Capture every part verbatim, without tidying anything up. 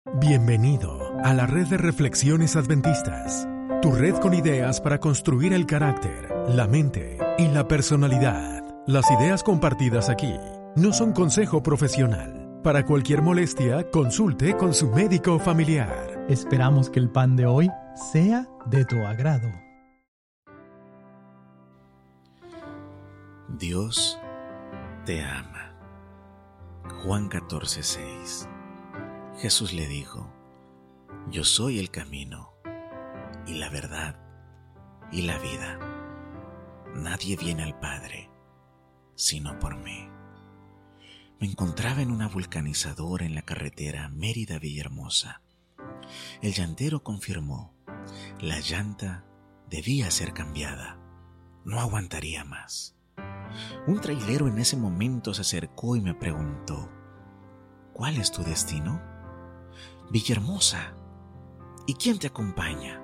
Bienvenido a la red de reflexiones adventistas, tu red con ideas para construir el carácter, la mente y la personalidad. Las ideas compartidas aquí no son consejo profesional. Para cualquier molestia, consulte con su médico familiar. Esperamos que el pan de hoy sea de tu agrado. Dios te ama. Juan catorce, seis. Jesús le dijo: Yo soy el camino, y la verdad, y la vida. Nadie viene al Padre, sino por mí. Me encontraba en una vulcanizadora en la carretera Mérida-Villahermosa. El llantero confirmó: la llanta debía ser cambiada. No aguantaría más. Un trailero en ese momento se acercó y me preguntó: ¿cuál es tu destino? Villahermosa. ¿Y quién te acompaña?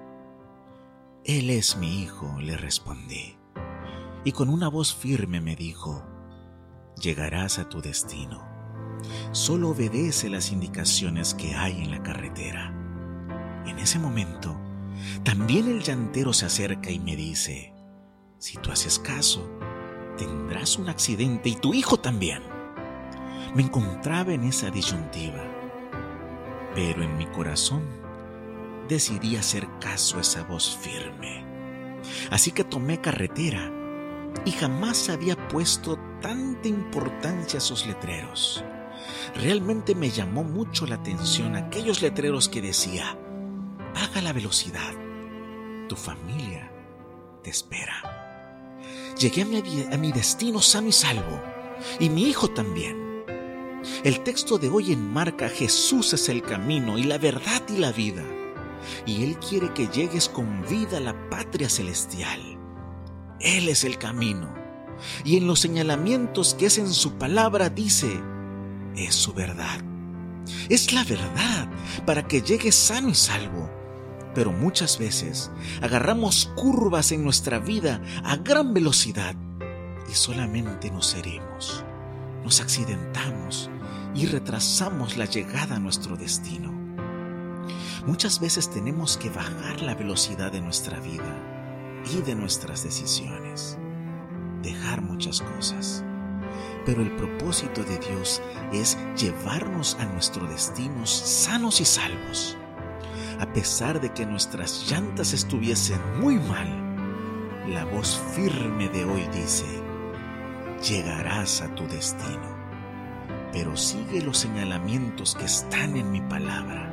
Él es mi hijo, le respondí. Y con una voz firme me dijo: llegarás a tu destino. Solo obedece las indicaciones que hay en la carretera. En ese momento, también el llantero se acerca y me dice: si tú haces caso, tendrás un accidente y tu hijo también. Me encontraba en esa disyuntiva, pero en mi corazón decidí hacer caso a esa voz firme. Así que tomé carretera y jamás había puesto tanta importancia a esos letreros. Realmente me llamó mucho la atención aquellos letreros que decía: baja la velocidad, tu familia te espera. Llegué a mi, a mi destino sano y salvo, y mi hijo también. El texto de hoy enmarca: Jesús es el camino y la verdad y la vida, y Él quiere que llegues con vida a la patria celestial. Él es el camino, y en los señalamientos que es en su palabra dice: es su verdad. Es la verdad para que llegues sano y salvo. Pero muchas veces agarramos curvas en nuestra vida a gran velocidad y solamente nos herimos, nos accidentamos y retrasamos la llegada a nuestro destino. Muchas veces tenemos que bajar la velocidad de nuestra vida y de nuestras decisiones, dejar muchas cosas. Pero el propósito de Dios es llevarnos a nuestro destino sanos y salvos. A pesar de que nuestras llantas estuviesen muy mal, la voz firme de hoy dice: llegarás a tu destino, pero sigue los señalamientos que están en mi palabra.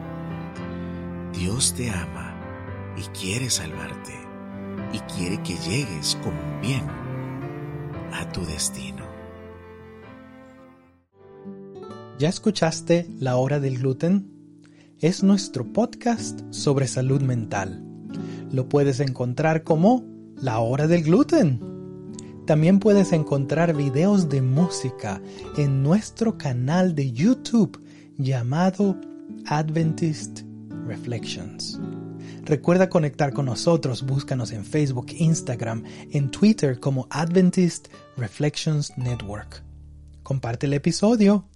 Dios te ama y quiere salvarte, y quiere que llegues con bien a tu destino. ¿Ya escuchaste La Hora del Gluten? Es nuestro podcast sobre salud mental. Lo puedes encontrar como La Hora del Gluten. También puedes encontrar videos de música en nuestro canal de YouTube llamado Adventist Reflections. Recuerda conectar con nosotros, búscanos en Facebook, Instagram, en Twitter como Adventist Reflections Network. Comparte el episodio.